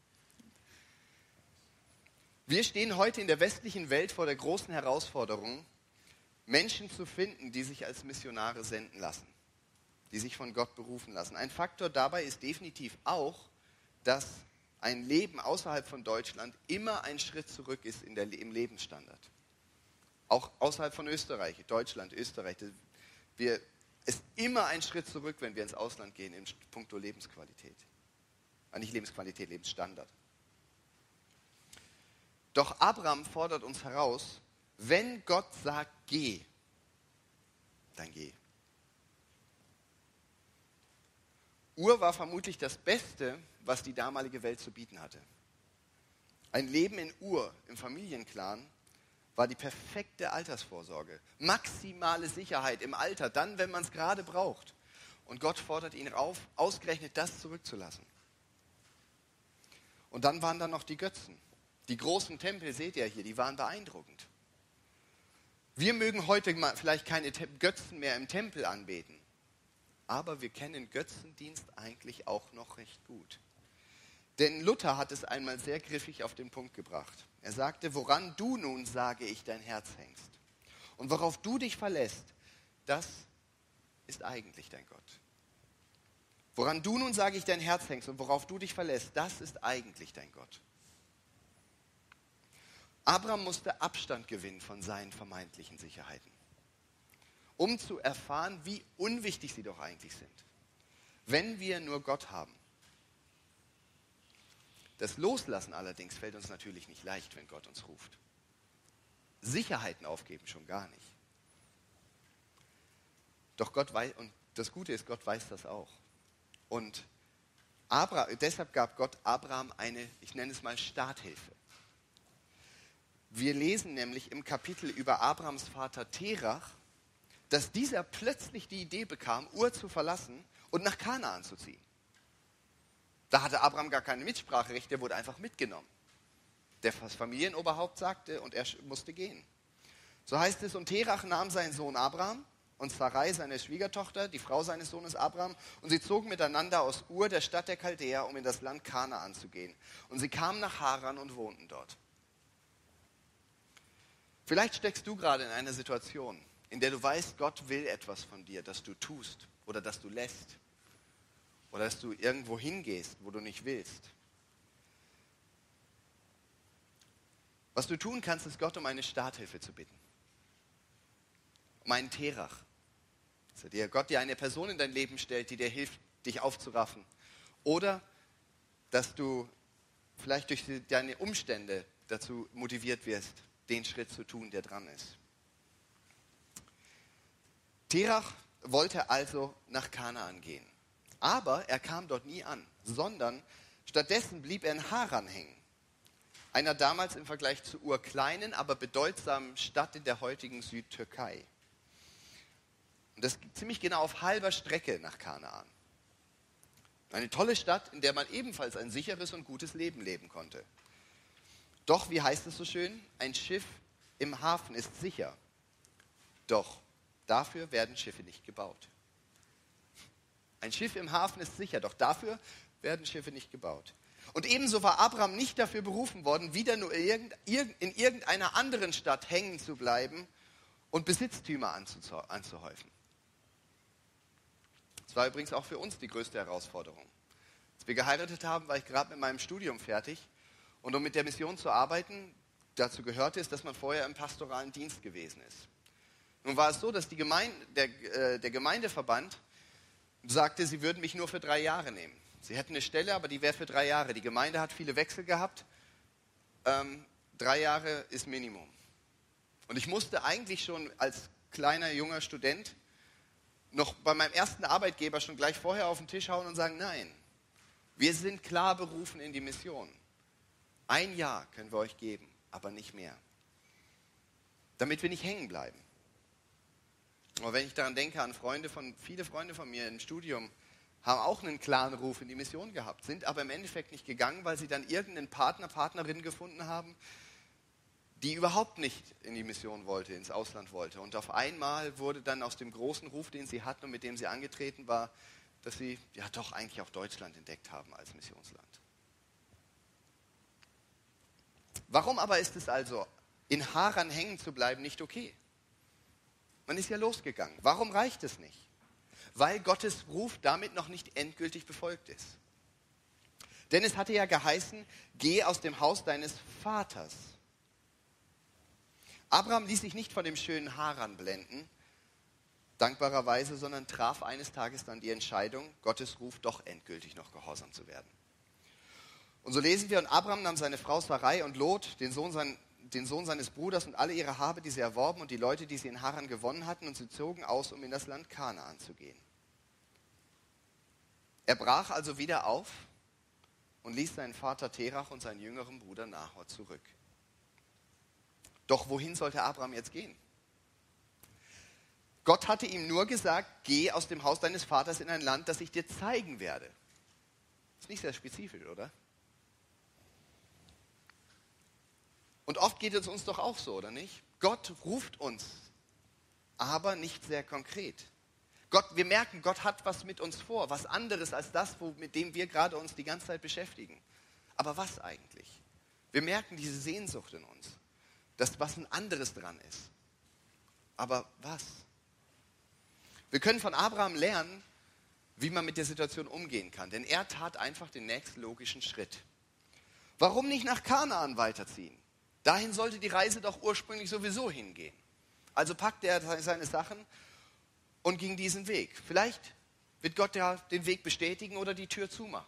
Wir stehen heute in der westlichen Welt vor der großen Herausforderung, Menschen zu finden, die sich als Missionare senden lassen. die sich von Gott berufen lassen. Ein Faktor dabei ist definitiv auch, dass ein Leben außerhalb von Deutschland immer ein Schritt zurück ist im Lebensstandard. Auch außerhalb von Österreich, Deutschland, Österreich. Es ist immer ein Schritt zurück, wenn wir ins Ausland gehen, in puncto Lebensqualität. Nicht Lebensqualität, Lebensstandard. Doch Abraham fordert uns heraus, wenn Gott sagt, geh, dann geh. Ur war vermutlich das Beste, was die damalige Welt zu bieten hatte. Ein Leben in Ur, im Familienclan, war die perfekte Altersvorsorge. Maximale Sicherheit im Alter, dann, wenn man es gerade braucht. Und Gott fordert ihn auf, ausgerechnet das zurückzulassen. Und dann waren da noch die Götzen. Die großen Tempel, seht ihr hier, die waren beeindruckend. Wir mögen heute vielleicht keine Götzen mehr im Tempel anbeten. Aber wir kennen Götzendienst eigentlich auch noch recht gut. Denn Luther hat es einmal sehr griffig auf den Punkt gebracht. Er sagte, woran du nun, sage ich, dein Herz hängst und worauf du dich verlässt, das ist eigentlich dein Gott. Woran du nun, sage ich, dein Herz hängst und worauf du dich verlässt, das ist eigentlich dein Gott. Abraham musste Abstand gewinnen von seinen vermeintlichen Sicherheiten, um zu erfahren, wie unwichtig sie doch eigentlich sind, wenn wir nur Gott haben. Das Loslassen allerdings fällt uns natürlich nicht leicht, wenn Gott uns ruft. Sicherheiten aufgeben schon gar nicht. Doch Gott weiß, und das Gute ist, Gott weiß das auch. Und deshalb gab Gott Abraham eine, ich nenne es mal Starthilfe. Wir lesen nämlich im Kapitel über Abrahams Vater Terach, dass dieser plötzlich die Idee bekam, Ur zu verlassen und nach Kanaan zu ziehen. Da hatte Abraham gar keine Mitspracherecht, der wurde einfach mitgenommen. Das Familienoberhaupt sagte und er musste gehen. So heißt es, und Terach nahm seinen Sohn Abraham und Sarai, seine Schwiegertochter, die Frau seines Sohnes Abraham, und sie zogen miteinander aus Ur, der Stadt der Chaldäer, um in das Land Kanaan zu gehen. Und sie kamen nach Haran und wohnten dort. Vielleicht steckst du gerade in einer Situation, in der du weißt, Gott will etwas von dir, das du tust oder das du lässt. Oder dass du irgendwo hingehst, wo du nicht willst. Was du tun kannst, ist Gott um eine Starthilfe zu bitten. Um einen Terach. Dass Gott dir eine Person in dein Leben stellt, die dir hilft, dich aufzuraffen. Oder dass du vielleicht durch deine Umstände dazu motiviert wirst, den Schritt zu tun, der dran ist. Terach wollte also nach Kanaan gehen. Aber er kam dort nie an, sondern stattdessen blieb er in Haran hängen. Einer damals im Vergleich zu Ur kleinen, aber bedeutsamen Stadt in der heutigen Südtürkei. Und das ziemlich genau auf halber Strecke nach Kanaan. Eine tolle Stadt, in der man ebenfalls ein sicheres und gutes Leben leben konnte. Doch, wie heißt es so schön, ein Schiff im Hafen ist sicher. Doch dafür werden Schiffe nicht gebaut. Ein Schiff im Hafen ist sicher, doch dafür werden Schiffe nicht gebaut. Und ebenso war Abraham nicht dafür berufen worden, wieder nur in irgendeiner anderen Stadt hängen zu bleiben und Besitztümer anzuhäufen. Das war übrigens auch für uns die größte Herausforderung. Als wir geheiratet haben, war ich gerade mit meinem Studium fertig. Und um mit der Mission zu arbeiten, dazu gehörte es, dass man vorher im pastoralen Dienst gewesen ist. Nun war es so, dass der Gemeindeverband sagte, sie würden mich nur für 3 Jahre nehmen. Sie hätten eine Stelle, aber die wäre für 3 Jahre. Die Gemeinde hat viele Wechsel gehabt. 3 Jahre ist Minimum. Und ich musste eigentlich schon als kleiner, junger Student noch bei meinem ersten Arbeitgeber schon gleich vorher auf den Tisch hauen und sagen, nein, wir sind klar berufen in die Mission. 1 Jahr können wir euch geben, aber nicht mehr. Damit wir nicht hängen bleiben. Aber wenn ich daran denke, an viele Freunde von mir im Studium haben auch einen klaren Ruf in die Mission gehabt, sind aber im Endeffekt nicht gegangen, weil sie dann irgendeinen Partner, Partnerin gefunden haben, die überhaupt nicht in die Mission wollte, ins Ausland wollte. Und auf einmal wurde dann aus dem großen Ruf, den sie hatten und mit dem sie angetreten war, dass sie ja doch eigentlich auch Deutschland entdeckt haben als Missionsland. Warum aber ist es also, in Haran hängen zu bleiben, nicht okay? Man ist ja losgegangen. Warum reicht es nicht? weil Gottes Ruf damit noch nicht endgültig befolgt ist. Denn es hatte ja geheißen, geh aus dem Haus deines Vaters. Abraham ließ sich nicht von dem schönen Haran blenden, dankbarerweise, sondern traf eines Tages dann die Entscheidung, Gottes Ruf doch endgültig noch gehorsam zu werden. Und so lesen wir, und Abraham nahm seine Frau Sarai und Lot, den Sohn seines Bruders und alle ihre Habe, die sie erworben und die Leute, die sie in Haran gewonnen hatten, und sie zogen aus, um in das Land Kanaan zu gehen. Er brach also wieder auf und ließ seinen Vater Terach und seinen jüngeren Bruder Nahor zurück. Doch wohin sollte Abraham jetzt gehen? Gott hatte ihm nur gesagt, geh aus dem Haus deines Vaters in ein Land, das ich dir zeigen werde. Ist nicht sehr spezifisch, oder? Und oft geht es uns doch auch so, oder nicht? Gott ruft uns, aber nicht sehr konkret. Wir merken, Gott hat was mit uns vor, was anderes als das, mit dem wir gerade uns die ganze Zeit beschäftigen. Aber was eigentlich? Wir merken diese Sehnsucht in uns, dass was ein anderes dran ist. Aber was? Wir können von Abraham lernen, wie man mit der Situation umgehen kann, denn er tat einfach den nächsten logischen Schritt. Warum nicht nach Kanaan weiterziehen? Dahin sollte die Reise doch ursprünglich sowieso hingehen. Also packte er seine Sachen und ging diesen Weg. Vielleicht wird Gott ja den Weg bestätigen oder die Tür zumachen.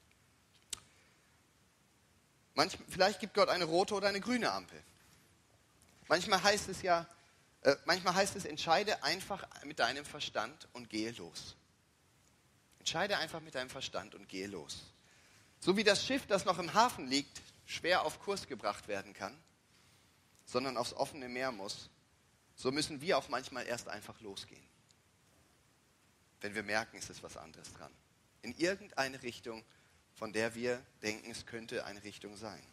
Vielleicht gibt Gott eine rote oder eine grüne Ampel. Manchmal heißt es, entscheide einfach mit deinem Verstand und gehe los. Entscheide einfach mit deinem Verstand und gehe los. So wie das Schiff, das noch im Hafen liegt, schwer auf Kurs gebracht werden kann, sondern aufs offene Meer muss, so müssen wir auch manchmal erst einfach losgehen. Wenn wir merken, es ist was anderes dran. In irgendeine Richtung, von der wir denken, es könnte eine Richtung sein.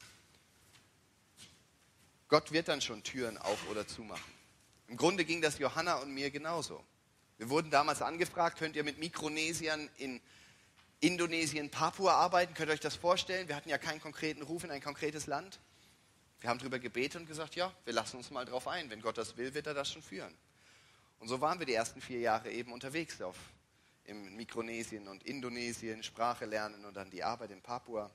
Gott wird dann schon Türen auf- oder zumachen. Im Grunde ging das Johanna und mir genauso. Wir wurden damals angefragt, könnt ihr mit Mikronesiern in Indonesien, Papua arbeiten? Könnt ihr euch das vorstellen? Wir hatten ja keinen konkreten Ruf in ein konkretes Land. Wir haben darüber gebetet und gesagt, ja, wir lassen uns mal drauf ein. Wenn Gott das will, wird er das schon führen. Und so waren wir die ersten 4 Jahre eben unterwegs in Mikronesien und Indonesien, Sprache lernen und dann die Arbeit in Papua.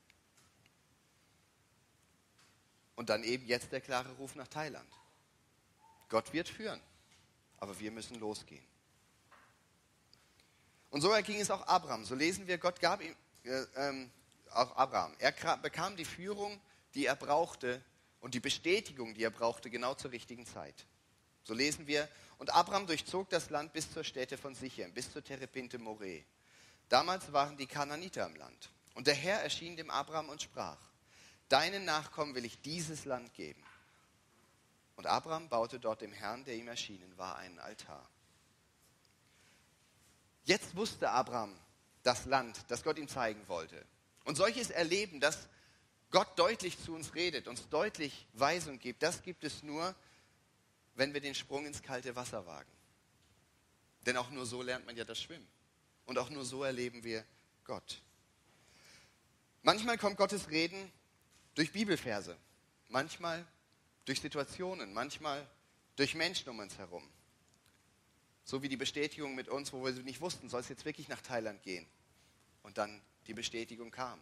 Und dann eben jetzt der klare Ruf nach Thailand. Gott wird führen, aber wir müssen losgehen. Und so erging es auch Abraham. So lesen wir, Gott gab ihm, auch Abraham. Er bekam die Führung, die er brauchte und die Bestätigung, die er brauchte, genau zur richtigen Zeit. So lesen wir, und Abraham durchzog das Land bis zur Stätte von Sichem, bis zur Terepinte Moreh. Damals waren die Kanaaniter im Land. Und der Herr erschien dem Abraham und sprach, deinen Nachkommen will ich dieses Land geben. Und Abraham baute dort dem Herrn, der ihm erschienen war, einen Altar. Jetzt wusste Abraham das Land, das Gott ihm zeigen wollte. Und solches Erleben, dass Gott deutlich zu uns redet, uns deutlich Weisung gibt, das gibt es nur, wenn wir den Sprung ins kalte Wasser wagen. Denn auch nur so lernt man ja das Schwimmen. Und auch nur so erleben wir Gott. Manchmal kommt Gottes Reden durch Bibelverse, manchmal durch Situationen, manchmal durch Menschen um uns herum. So wie die Bestätigung mit uns, wo wir nicht wussten, soll es jetzt wirklich nach Thailand gehen? Und dann die Bestätigung kam.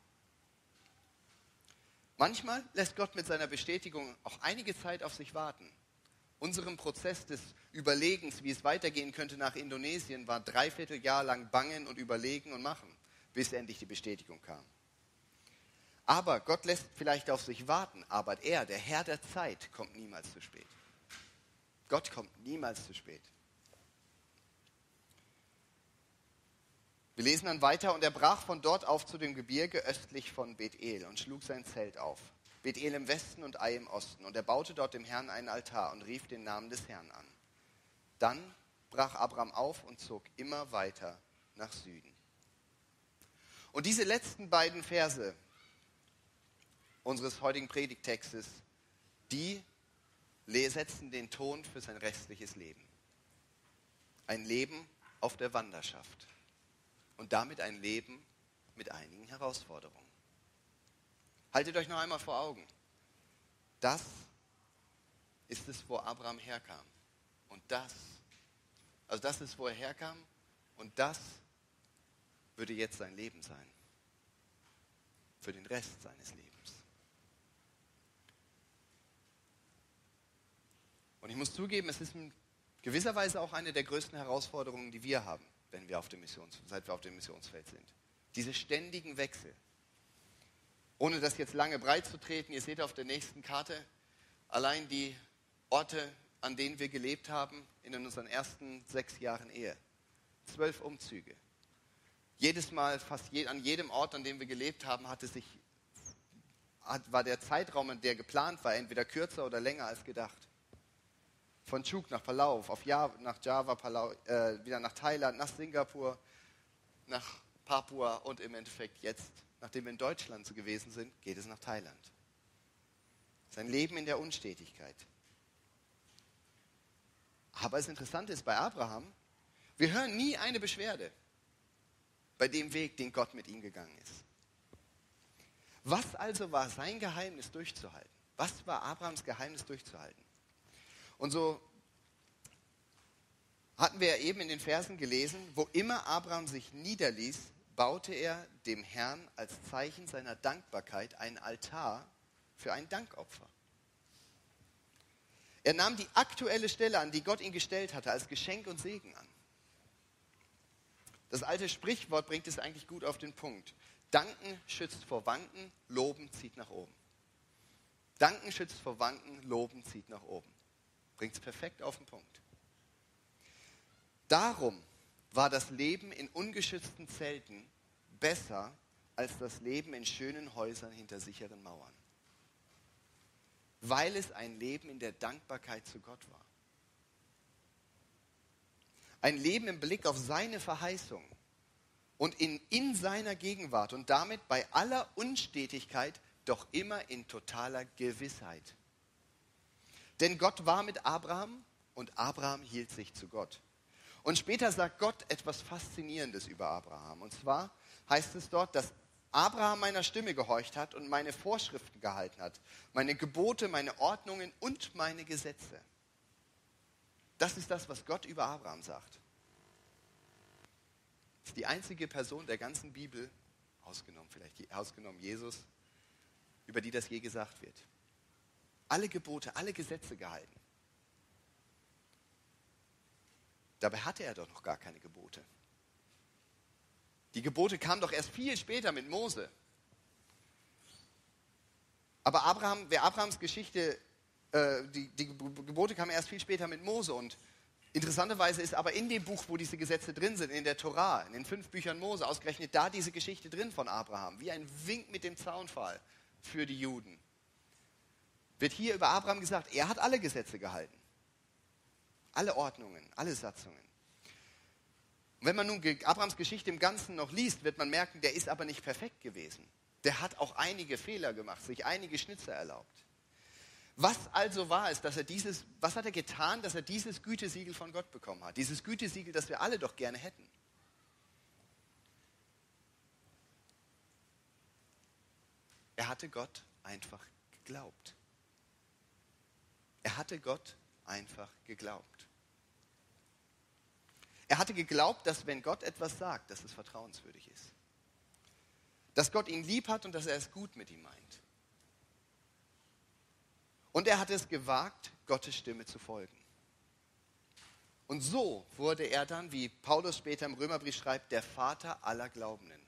Manchmal lässt Gott mit seiner Bestätigung auch einige Zeit auf sich warten. Unserem Prozess des Überlegens, wie es weitergehen könnte nach Indonesien, war 3/4 Jahr lang bangen und überlegen und machen, bis endlich die Bestätigung kam. Aber Gott lässt vielleicht auf sich warten, aber er, der Herr der Zeit, kommt niemals zu spät. Gott kommt niemals zu spät. Wir lesen dann weiter, und er brach von dort auf zu dem Gebirge östlich von Bethel und schlug sein Zelt auf. Bethel im Westen und Ai im Osten. Und er baute dort dem Herrn einen Altar und rief den Namen des Herrn an. Dann brach Abraham auf und zog immer weiter nach Süden. Und diese letzten beiden Verse unseres heutigen Predigttextes, die setzen den Ton für sein restliches Leben. Ein Leben auf der Wanderschaft. Und damit ein Leben mit einigen Herausforderungen. Haltet euch noch einmal vor Augen. Das ist es, wo Abraham herkam. Und das Also das ist, wo er herkam. Und das würde jetzt sein Leben sein. Für den Rest seines Lebens. Und ich muss zugeben, es ist in gewisser Weise auch eine der größten Herausforderungen, die wir haben, seit wir auf dem Missionsfeld sind. Diese ständigen Wechsel. Ohne das jetzt lange breit zu treten, ihr seht auf der nächsten Karte allein die Orte, an denen wir gelebt haben in unseren ersten 6 Jahren Ehe. 12 Umzüge. Jedes Mal, an jedem Ort, an dem wir gelebt haben, war der Zeitraum, der geplant war, entweder kürzer oder länger als gedacht. Von Chuk nach Palau, nach Java, Palau, wieder nach Thailand, nach Singapur, nach Papua und im Endeffekt jetzt, nachdem wir in Deutschland gewesen sind, geht es nach Thailand. Sein Leben in der Unstetigkeit. Aber das Interessante ist bei Abraham, wir hören nie eine Beschwerde bei dem Weg, den Gott mit ihm gegangen ist. Was also war sein Geheimnis durchzuhalten? Was war Abrahams Geheimnis durchzuhalten? Und so hatten wir ja eben in den Versen gelesen, wo immer Abraham sich niederließ, baute er dem Herrn als Zeichen seiner Dankbarkeit einen Altar für ein Dankopfer. Er nahm die aktuelle Stelle, an die Gott ihn gestellt hatte, als Geschenk und Segen an. Das alte Sprichwort bringt es eigentlich gut auf den Punkt. Danken schützt vor Wanken, Loben zieht nach oben. Danken schützt vor Wanken, Loben zieht nach oben. Bringt es perfekt auf den Punkt. Darum war das Leben in ungeschützten Zelten besser als das Leben in schönen Häusern hinter sicheren Mauern. Weil es ein Leben in der Dankbarkeit zu Gott war. Ein Leben im Blick auf seine Verheißung und in seiner Gegenwart und damit bei aller Unstetigkeit doch immer in totaler Gewissheit. Denn Gott war mit Abraham und Abraham hielt sich zu Gott. Und später sagt Gott etwas Faszinierendes über Abraham. Und zwar heißt es dort, dass Abraham meiner Stimme gehorcht hat und meine Vorschriften gehalten hat, meine Gebote, meine Ordnungen und meine Gesetze. Das ist das, was Gott über Abraham sagt. Das ist die einzige Person der ganzen Bibel, ausgenommen Jesus, über die das je gesagt wird. Alle Gebote, alle Gesetze gehalten. Dabei hatte er doch noch gar keine Gebote. Die Gebote kamen doch erst viel später mit Mose. Aber wer Abrahams Geschichte, die Gebote kamen erst viel später mit Mose. Und interessanterweise ist aber in dem Buch, wo diese Gesetze drin sind, in der Torah, in den 5 Büchern Mose, ausgerechnet da diese Geschichte drin von Abraham. Wie ein Wink mit dem Zaunpfahl für die Juden. Wird hier über Abraham gesagt, er hat alle Gesetze gehalten. Alle Ordnungen, alle Satzungen. Und wenn man nun Abrahams Geschichte im Ganzen noch liest, wird man merken, der ist aber nicht perfekt gewesen. Der hat auch einige Fehler gemacht, sich einige Schnitzer erlaubt. Was also war es, was hat er getan, dass er dieses Gütesiegel von Gott bekommen hat? Dieses Gütesiegel, das wir alle doch gerne hätten. Er hatte Gott einfach geglaubt. Er hatte Gott einfach geglaubt. Er hatte geglaubt, dass wenn Gott etwas sagt, dass es vertrauenswürdig ist. Dass Gott ihn lieb hat und dass er es gut mit ihm meint. Und er hat es gewagt, Gottes Stimme zu folgen. Und so wurde er dann, wie Paulus später im Römerbrief schreibt, der Vater aller Glaubenden.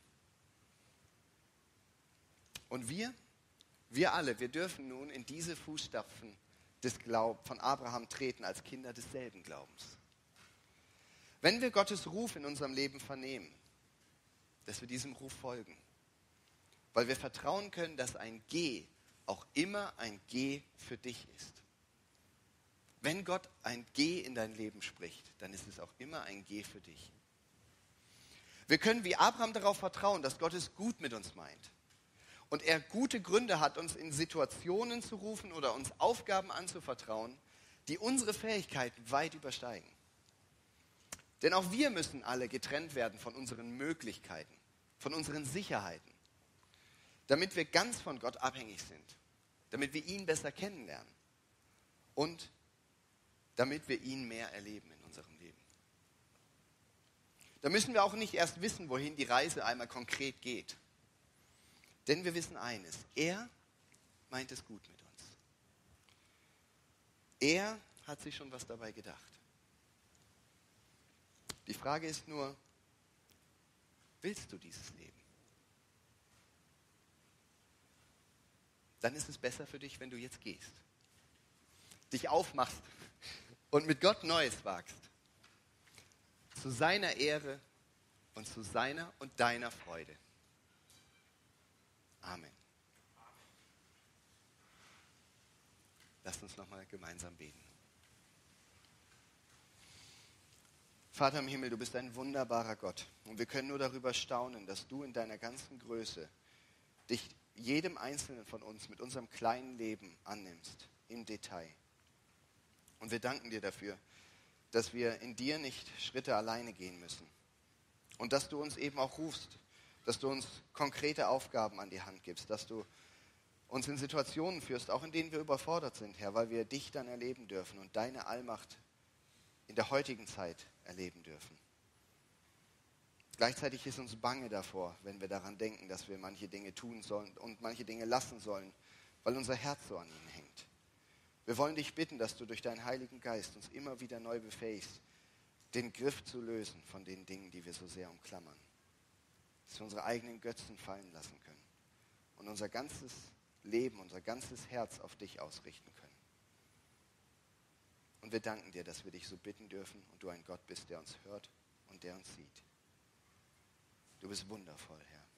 Und wir alle, wir dürfen nun in diese Fußstapfen von Abraham treten als Kinder desselben Glaubens. Wenn wir Gottes Ruf in unserem Leben vernehmen, dass wir diesem Ruf folgen, weil wir vertrauen können, dass ein Geh auch immer ein Geh für dich ist. Wenn Gott ein Geh in dein Leben spricht, dann ist es auch immer ein Geh für dich. Wir können wie Abraham darauf vertrauen, dass Gott es gut mit uns meint. Und er gute Gründe hat, uns in Situationen zu rufen oder uns Aufgaben anzuvertrauen, die unsere Fähigkeiten weit übersteigen. Denn auch wir müssen alle getrennt werden von unseren Möglichkeiten, von unseren Sicherheiten, damit wir ganz von Gott abhängig sind, damit wir ihn besser kennenlernen und damit wir ihn mehr erleben in unserem Leben. Da müssen wir auch nicht erst wissen, wohin die Reise einmal konkret geht. Denn wir wissen eines, er meint es gut mit uns. Er hat sich schon was dabei gedacht. Die Frage ist nur, willst du dieses Leben? Dann ist es besser für dich, wenn du jetzt gehst. Dich aufmachst und mit Gott Neues wagst. Zu seiner Ehre und zu seiner und deiner Freude. Amen. Lasst uns nochmal gemeinsam beten. Vater im Himmel, du bist ein wunderbarer Gott. Und wir können nur darüber staunen, dass du in deiner ganzen Größe dich jedem Einzelnen von uns mit unserem kleinen Leben annimmst, im Detail. Und wir danken dir dafür, dass wir in dir nicht Schritte alleine gehen müssen. Und dass du uns eben auch rufst, dass du uns konkrete Aufgaben an die Hand gibst, dass du uns in Situationen führst, auch in denen wir überfordert sind, Herr, weil wir dich dann erleben dürfen und deine Allmacht in der heutigen Zeit erleben dürfen. Gleichzeitig ist uns bange davor, wenn wir daran denken, dass wir manche Dinge tun sollen und manche Dinge lassen sollen, weil unser Herz so an ihnen hängt. Wir wollen dich bitten, dass du durch deinen Heiligen Geist uns immer wieder neu befähigst, den Griff zu lösen von den Dingen, die wir so sehr umklammern. Dass wir unsere eigenen Götzen fallen lassen können und unser ganzes Leben, unser ganzes Herz auf dich ausrichten können. Und wir danken dir, dass wir dich so bitten dürfen und du ein Gott bist, der uns hört und der uns sieht. Du bist wundervoll, Herr.